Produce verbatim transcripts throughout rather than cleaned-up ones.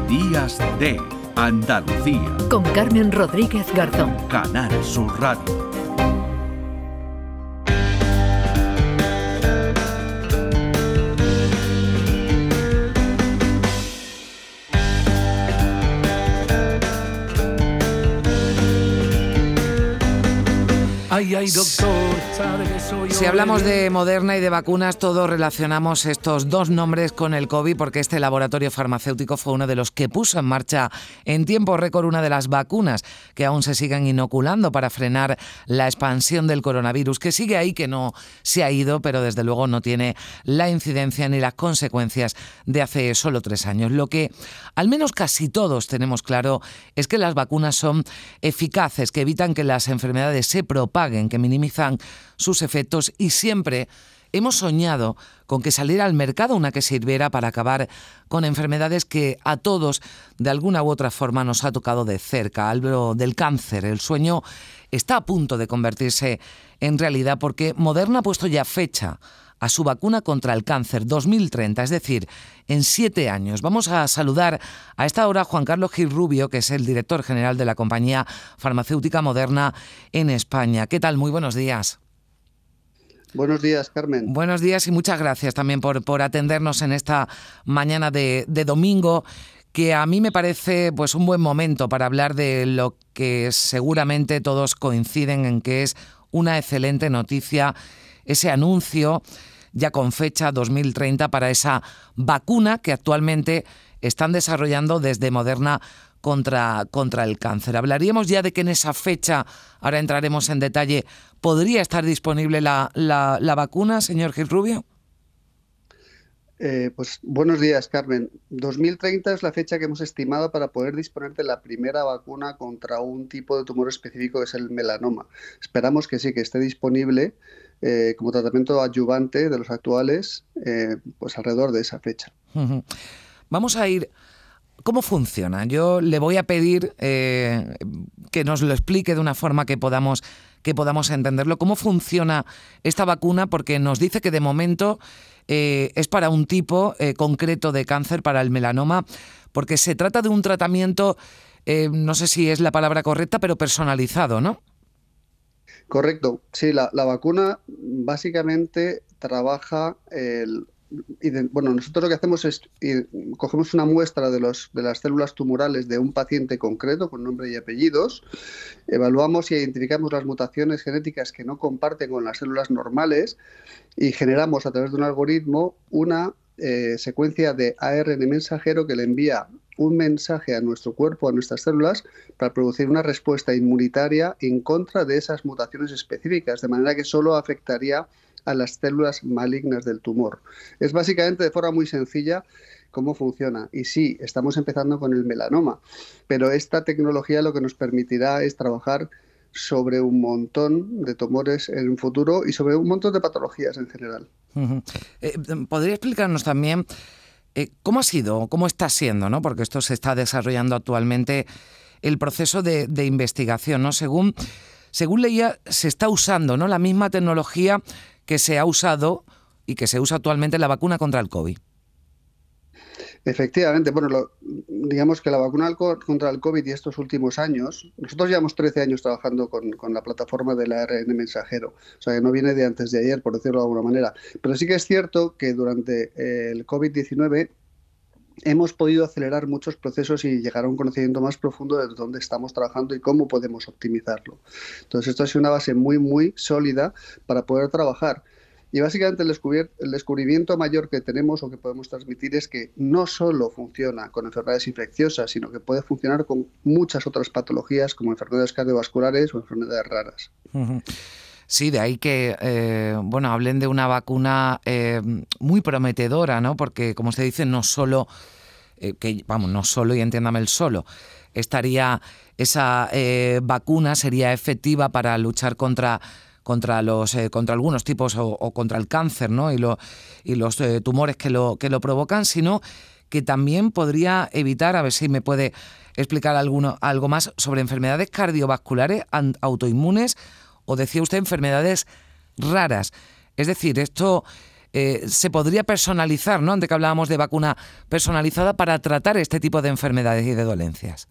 Días de Andalucía. Con Carmen Rodríguez Garzón. Canal Sur Radio. Ay, ay, doctor, sabe que soy Si hablamos de Moderna y de vacunas, todos relacionamos estos dos nombres con el COVID, porque este laboratorio farmacéutico fue uno de los que puso en marcha en tiempo récord una de las vacunas que aún se siguen inoculando para frenar la expansión del coronavirus, que sigue ahí, que no se ha ido, pero desde luego no tiene la incidencia ni las consecuencias de hace solo tres años. Lo que al menos casi todos tenemos claro es que las vacunas son eficaces, que evitan que las enfermedades se propaguen, que minimizan sus efectos, y siempre hemos soñado con que saliera al mercado una que sirviera para acabar con enfermedades que a todos de alguna u otra forma nos ha tocado de cerca. Hablo del cáncer. El sueño está a punto de convertirse en realidad, porque Moderna ha puesto ya fecha a su vacuna contra el cáncer, dos mil treinta, es decir, en siete años. Vamos a saludar a esta hora a Juan Carlos Gil Rubio, que es el director general de la compañía farmacéutica Moderna en España. ¿Qué tal? Muy buenos días. Buenos días, Carmen. Buenos días y muchas gracias también por, por atendernos en esta mañana de, de domingo, que a mí me parece pues un buen momento para hablar de lo que seguramente todos coinciden en que es una excelente noticia, ese anuncio ya con fecha dos mil treinta para esa vacuna que actualmente están desarrollando desde Moderna contra, contra el cáncer. Hablaríamos ya de que en esa fecha, ahora entraremos en detalle, ¿podría estar disponible la, la, la vacuna, señor Gil Rubio? Eh, pues buenos días, Carmen. dos mil treinta es la fecha que hemos estimado para poder disponer de la primera vacuna contra un tipo de tumor específico, que es el melanoma. Esperamos que sí, que esté disponible eh, como tratamiento adyuvante de los actuales, eh, pues alrededor de esa fecha. Uh-huh. Vamos a ir... ¿Cómo funciona? Yo le voy a pedir eh, que nos lo explique de una forma que podamos, que podamos entenderlo. ¿Cómo funciona esta vacuna? Porque nos dice que de momento eh, es para un tipo eh, concreto de cáncer, para el melanoma, porque se trata de un tratamiento, eh, no sé si es la palabra correcta, pero personalizado, ¿no? Correcto. Sí, la, la vacuna básicamente trabaja el... Y de, bueno, nosotros lo que hacemos es y, cogemos una muestra de, los, de las células tumorales de un paciente concreto con nombre y apellidos, evaluamos y identificamos las mutaciones genéticas que no comparten con las células normales y generamos a través de un algoritmo una eh, secuencia de A R N mensajero que le envía un mensaje a nuestro cuerpo, a nuestras células, para producir una respuesta inmunitaria en contra de esas mutaciones específicas, de manera que solo afectaría a las células malignas del tumor. Es básicamente, de forma muy sencilla, cómo funciona. Y sí, estamos empezando con el melanoma, pero esta tecnología lo que nos permitirá es trabajar sobre un montón de tumores en un futuro y sobre un montón de patologías en general. Uh-huh. Eh, ¿Podría explicarnos también eh, cómo ha sido, cómo está siendo, ¿no? Porque esto se está desarrollando actualmente, el proceso de, de investigación, ¿no? Según, según leía, se está usando, ¿no?, la misma tecnología que se ha usado y que se usa actualmente en la vacuna contra el COVID. Efectivamente, bueno, lo, digamos que la vacuna contra el COVID y estos últimos años, nosotros llevamos trece años trabajando con, con la plataforma del A R N mensajero, o sea que no viene de antes de ayer, por decirlo de alguna manera, pero sí que es cierto que durante el COVID diecinueve hemos podido acelerar muchos procesos y llegar a un conocimiento más profundo de dónde estamos trabajando y cómo podemos optimizarlo. Entonces, esto ha sido una base muy, muy sólida para poder trabajar. Y básicamente el, descubri- el descubrimiento mayor que tenemos o que podemos transmitir es que no solo funciona con enfermedades infecciosas, sino que puede funcionar con muchas otras patologías como enfermedades cardiovasculares o enfermedades raras. Uh-huh. Sí, de ahí que, eh, bueno, hablen de una vacuna eh, muy prometedora, ¿no? Porque, como usted dice, no solo, eh, que vamos, no solo, y entiéndame el solo, estaría, esa eh, vacuna sería efectiva para luchar contra, contra, los, eh, contra algunos tipos o, o contra el cáncer, ¿no? Y, lo, y los eh, tumores que lo, que lo provocan, sino que también podría evitar, a ver si me puede explicar alguno, algo más sobre enfermedades cardiovasculares, autoinmunes, o decía usted enfermedades raras. Es decir, esto eh, se podría personalizar, ¿no? Antes que hablábamos de vacuna personalizada para tratar este tipo de enfermedades y de dolencias.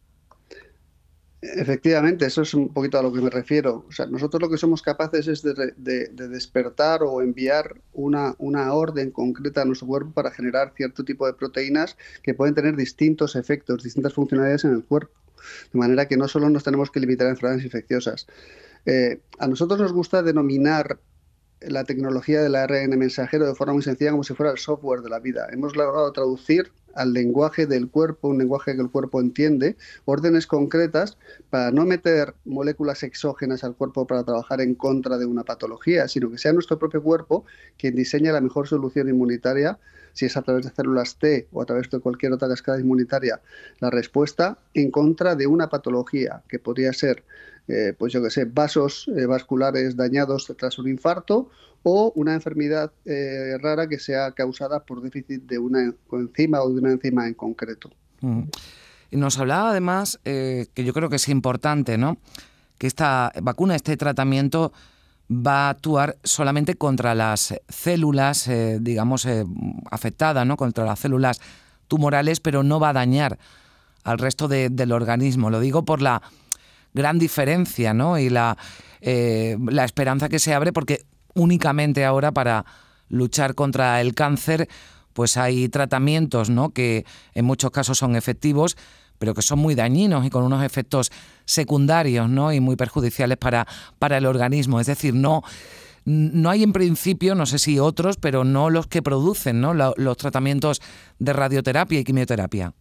Efectivamente, eso es un poquito a lo que me refiero. O sea, nosotros lo que somos capaces es de, de, de despertar o enviar una, una orden concreta a nuestro cuerpo para generar cierto tipo de proteínas que pueden tener distintos efectos, distintas funcionalidades en el cuerpo. De manera que no solo nos tenemos que limitar a enfermedades infecciosas. Eh, a nosotros nos gusta denominar la tecnología del A R N mensajero de forma muy sencilla como si fuera el software de la vida. Hemos logrado traducir al lenguaje del cuerpo, un lenguaje que el cuerpo entiende, órdenes concretas para no meter moléculas exógenas al cuerpo para trabajar en contra de una patología, sino que sea nuestro propio cuerpo quien diseña la mejor solución inmunitaria, si es a través de células T o a través de cualquier otra cascada inmunitaria, la respuesta en contra de una patología que podría ser, eh, pues yo que sé, vasos eh, vasculares dañados tras un infarto, o una enfermedad eh, rara que sea causada por déficit de una coenzima o de una enzima en concreto. Mm. Y nos hablaba además, eh, que yo creo que es importante, ¿no?, que esta vacuna, este tratamiento va a actuar solamente contra las células, eh, digamos, eh, afectadas, ¿no?, contra las células tumorales, pero no va a dañar al resto de, del organismo. Lo digo por la gran diferencia, ¿no?, y la, eh, la esperanza que se abre, porque únicamente ahora para luchar contra el cáncer pues hay tratamientos, ¿no?, que en muchos casos son efectivos, pero que son muy dañinos y con unos efectos secundarios, ¿no?, y muy perjudiciales para, para el organismo. Es decir, no, no hay en principio, no sé si otros, pero no los que producen, ¿no?, los, los tratamientos de radioterapia y quimioterapia.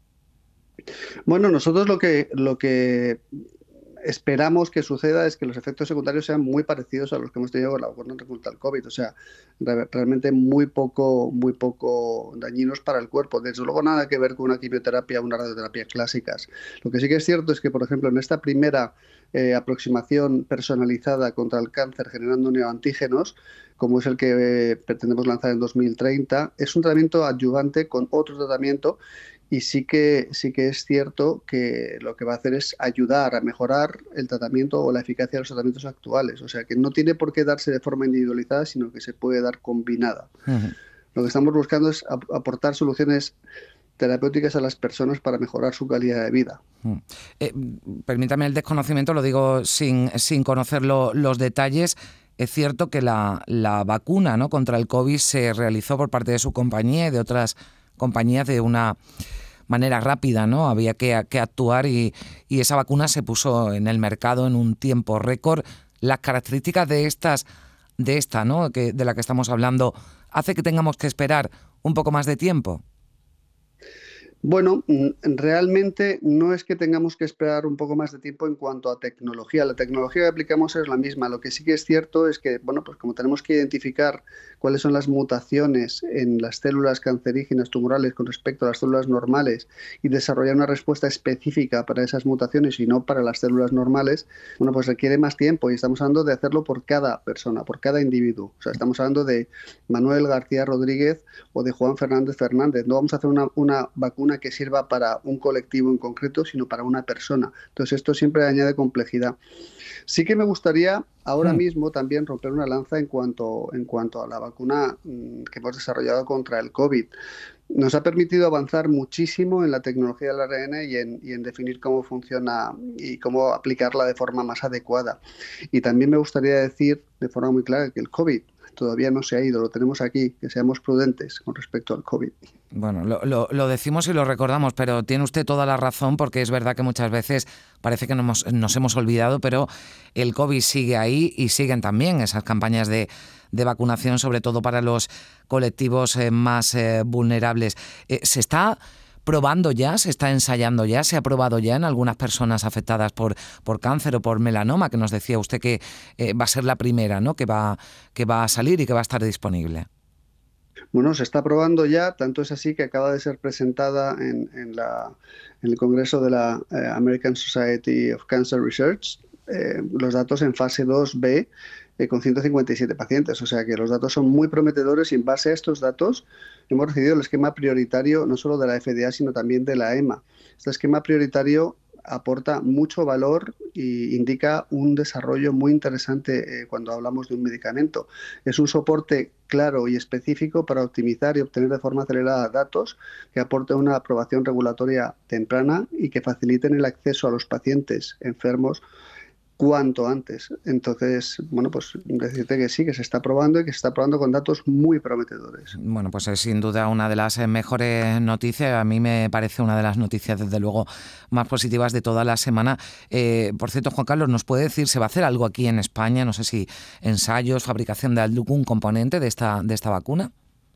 Bueno, nosotros lo que, lo que esperamos que suceda es que los efectos secundarios sean muy parecidos a los que hemos tenido con la vacuna contra el COVID, o sea, re realmente muy poco, muy poco dañinos para el cuerpo. Desde luego nada que ver con una quimioterapia o una radioterapia clásicas. Lo que sí que es cierto es que, por ejemplo, en esta primera eh, aproximación personalizada contra el cáncer generando neoantígenos, como es el que eh, pretendemos lanzar en dos mil treinta, es un tratamiento adyuvante con otro tratamiento. Y sí que, sí que es cierto que lo que va a hacer es ayudar a mejorar el tratamiento o la eficacia de los tratamientos actuales. O sea, que no tiene por qué darse de forma individualizada, sino que se puede dar combinada. Uh-huh. Lo que estamos buscando es ap- aportar soluciones terapéuticas a las personas para mejorar su calidad de vida. Uh-huh. Eh, permítame el desconocimiento, lo digo sin, sin conocer lo, los detalles. Es cierto que la, la vacuna, ¿no?, contra el COVID se realizó por parte de su compañía y de otras compañías de una manera rápida, ¿no? Había que, que actuar y, y esa vacuna se puso en el mercado en un tiempo récord. Las características de estas, de esta, ¿no?, que, de la que estamos hablando, hace que tengamos que esperar un poco más de tiempo. Bueno, realmente no es que tengamos que esperar un poco más de tiempo en cuanto a tecnología. La tecnología que aplicamos es la misma. Lo que sí que es cierto es que, bueno, pues como tenemos que identificar cuáles son las mutaciones en las células cancerígenas tumorales con respecto a las células normales y desarrollar una respuesta específica para esas mutaciones y no para las células normales, bueno, pues requiere más tiempo y estamos hablando de hacerlo por cada persona, por cada individuo. O sea, estamos hablando de Manuel García Rodríguez o de Juan Fernández Fernández. No vamos a hacer una, una vacuna que sirva para un colectivo en concreto, sino para una persona. Entonces esto siempre añade complejidad. Sí que me gustaría ahora mismo también romper una lanza en cuanto, en cuanto a la vacuna que hemos desarrollado contra el COVID. Nos ha permitido avanzar muchísimo en la tecnología del A R N y en, y en definir cómo funciona y cómo aplicarla de forma más adecuada. Y también me gustaría decir de forma muy clara que el COVID todavía no se ha ido, lo tenemos aquí, que seamos prudentes con respecto al COVID. Bueno, lo, lo, lo decimos y lo recordamos, pero tiene usted toda la razón, porque es verdad que muchas veces parece que nos, nos hemos olvidado, pero el COVID sigue ahí y siguen también esas campañas de, de vacunación, sobre todo para los colectivos eh, más eh, vulnerables. Eh, ¿Se está probando ya, se está ensayando ya, se ha probado ya en algunas personas afectadas por, por cáncer o por melanoma, que nos decía usted que eh, va a ser la primera, ¿no?, que va, que va a salir y que va a estar disponible? Bueno, se está probando ya, tanto es así que acaba de ser presentada en, en, la, en el Congreso de la eh, American Society of Cancer Research eh, los datos en fase dos B eh, con ciento cincuenta y siete pacientes, o sea que los datos son muy prometedores y en base a estos datos hemos recibido el esquema prioritario no solo de la F D A sino también de la E M A. Este esquema prioritario aporta mucho valor e indica un desarrollo muy interesante eh, cuando hablamos de un medicamento. Es un soporte claro y específico para optimizar y obtener de forma acelerada datos que aporten una aprobación regulatoria temprana y que faciliten el acceso a los pacientes enfermos cuanto antes. Entonces, bueno, pues decirte que sí, que se está probando y que se está probando con datos muy prometedores. Bueno, pues es sin duda una de las mejores noticias. A mí me parece una de las noticias, desde luego, más positivas de toda la semana. Eh, por cierto, Juan Carlos, ¿nos puede decir, se va a hacer algo aquí en España? No sé si ensayos, fabricación de algún componente de esta, de esta vacuna.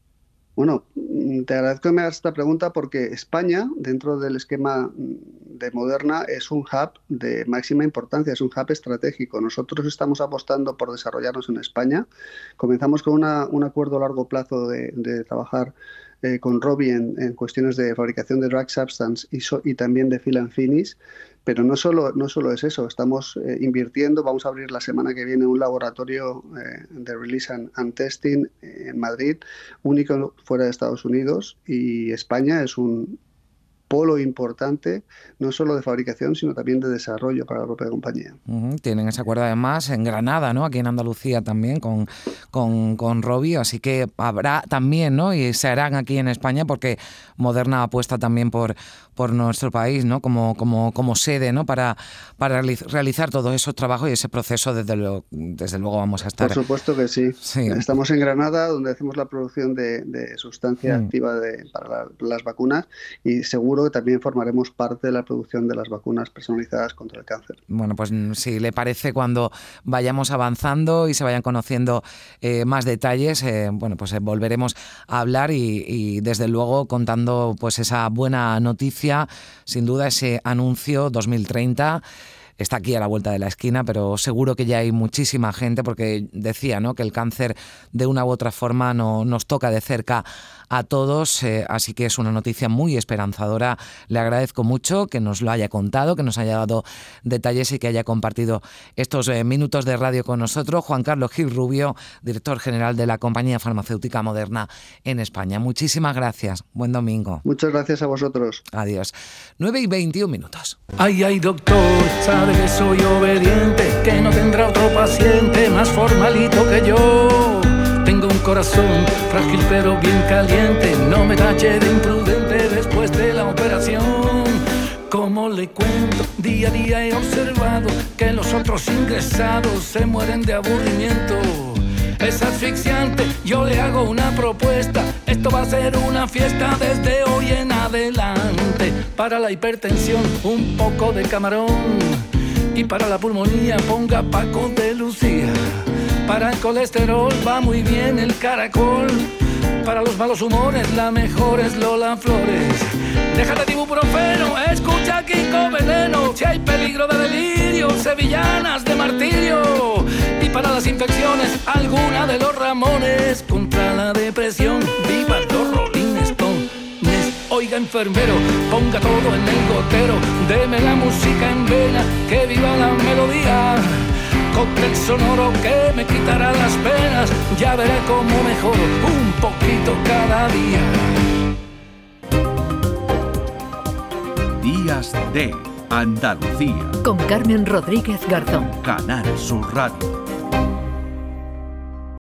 Bueno, te agradezco que me hagas esta pregunta porque España, dentro del esquema de Moderna, es un hub de máxima importancia, es un hub estratégico. Nosotros estamos apostando por desarrollarnos en España. Comenzamos con una, un acuerdo a largo plazo de, de trabajar eh, con Rovi en, en cuestiones de fabricación de drug substance y, so, y también de fill and finish. Pero no solo, no solo es eso, estamos eh, invirtiendo, vamos a abrir la semana que viene un laboratorio eh, de Release and, and Testing en Madrid, único fuera de Estados Unidos, y España es un polo importante, no solo de fabricación, sino también de desarrollo para la propia compañía. Uh-huh. Tienen ese acuerdo además en Granada, ¿no? Aquí en Andalucía también con, con, con Rovi, así que habrá también, ¿no? Y se harán aquí en España porque Moderna apuesta también por, por nuestro país, ¿no? Como, como, como sede, ¿no? Para, para realizar todos esos trabajos y ese proceso, desde luego, desde luego vamos a estar. Por supuesto que sí. sí. Estamos en Granada, donde hacemos la producción de, de sustancia mm. activa de, para la, las vacunas, y seguro que también formaremos parte de la producción de las vacunas personalizadas contra el cáncer. Bueno, pues si le parece, cuando vayamos avanzando y se vayan conociendo eh, más detalles, eh, bueno, pues eh, volveremos a hablar y, y desde luego contando pues esa buena noticia, sin duda ese anuncio dos mil treinta. Está aquí a la vuelta de la esquina, pero seguro que ya hay muchísima gente, porque decía, ¿no?, que el cáncer de una u otra forma no, nos toca de cerca a todos, eh, así que es una noticia muy esperanzadora. Le agradezco mucho que nos lo haya contado, que nos haya dado detalles y que haya compartido estos eh, minutos de radio con nosotros. Juan Carlos Gil Rubio, director general de la compañía farmacéutica Moderna en España. Muchísimas gracias. Buen domingo. Muchas gracias a vosotros. Adiós. nueve y veintiún minutos. Ay, ay, doctor, sabe que soy obediente, que no tendrá otro paciente más formalito que yo. Tengo un corazón frágil pero bien caliente, no me tache de imprudente después de la operación. Como le cuento, día a día he observado que los otros ingresados se mueren de aburrimiento. Es asfixiante, yo le hago una propuesta, esto va a ser una fiesta desde hoy en adelante. Para la hipertensión, un poco de camarón, y para la pulmonía, ponga Paco de Lucía. Para el colesterol va muy bien el caracol. Para los malos humores la mejor es Lola Flores. Déjate de ibuprofeno, escucha Kiko Veneno. Si hay peligro de delirio, sevillanas de martirio. Y para las infecciones, alguna de los Ramones. Contra la depresión, viva los Rolling Stones. Oiga, enfermero, ponga todo en el gotero. Deme la música en vena, que viva la melodía. Cóctel sonoro que me quitará las penas. Ya veré cómo mejoro un poquito cada día. Días de Andalucía. Con Carmen Rodríguez Garzón. Canal Sur Radio.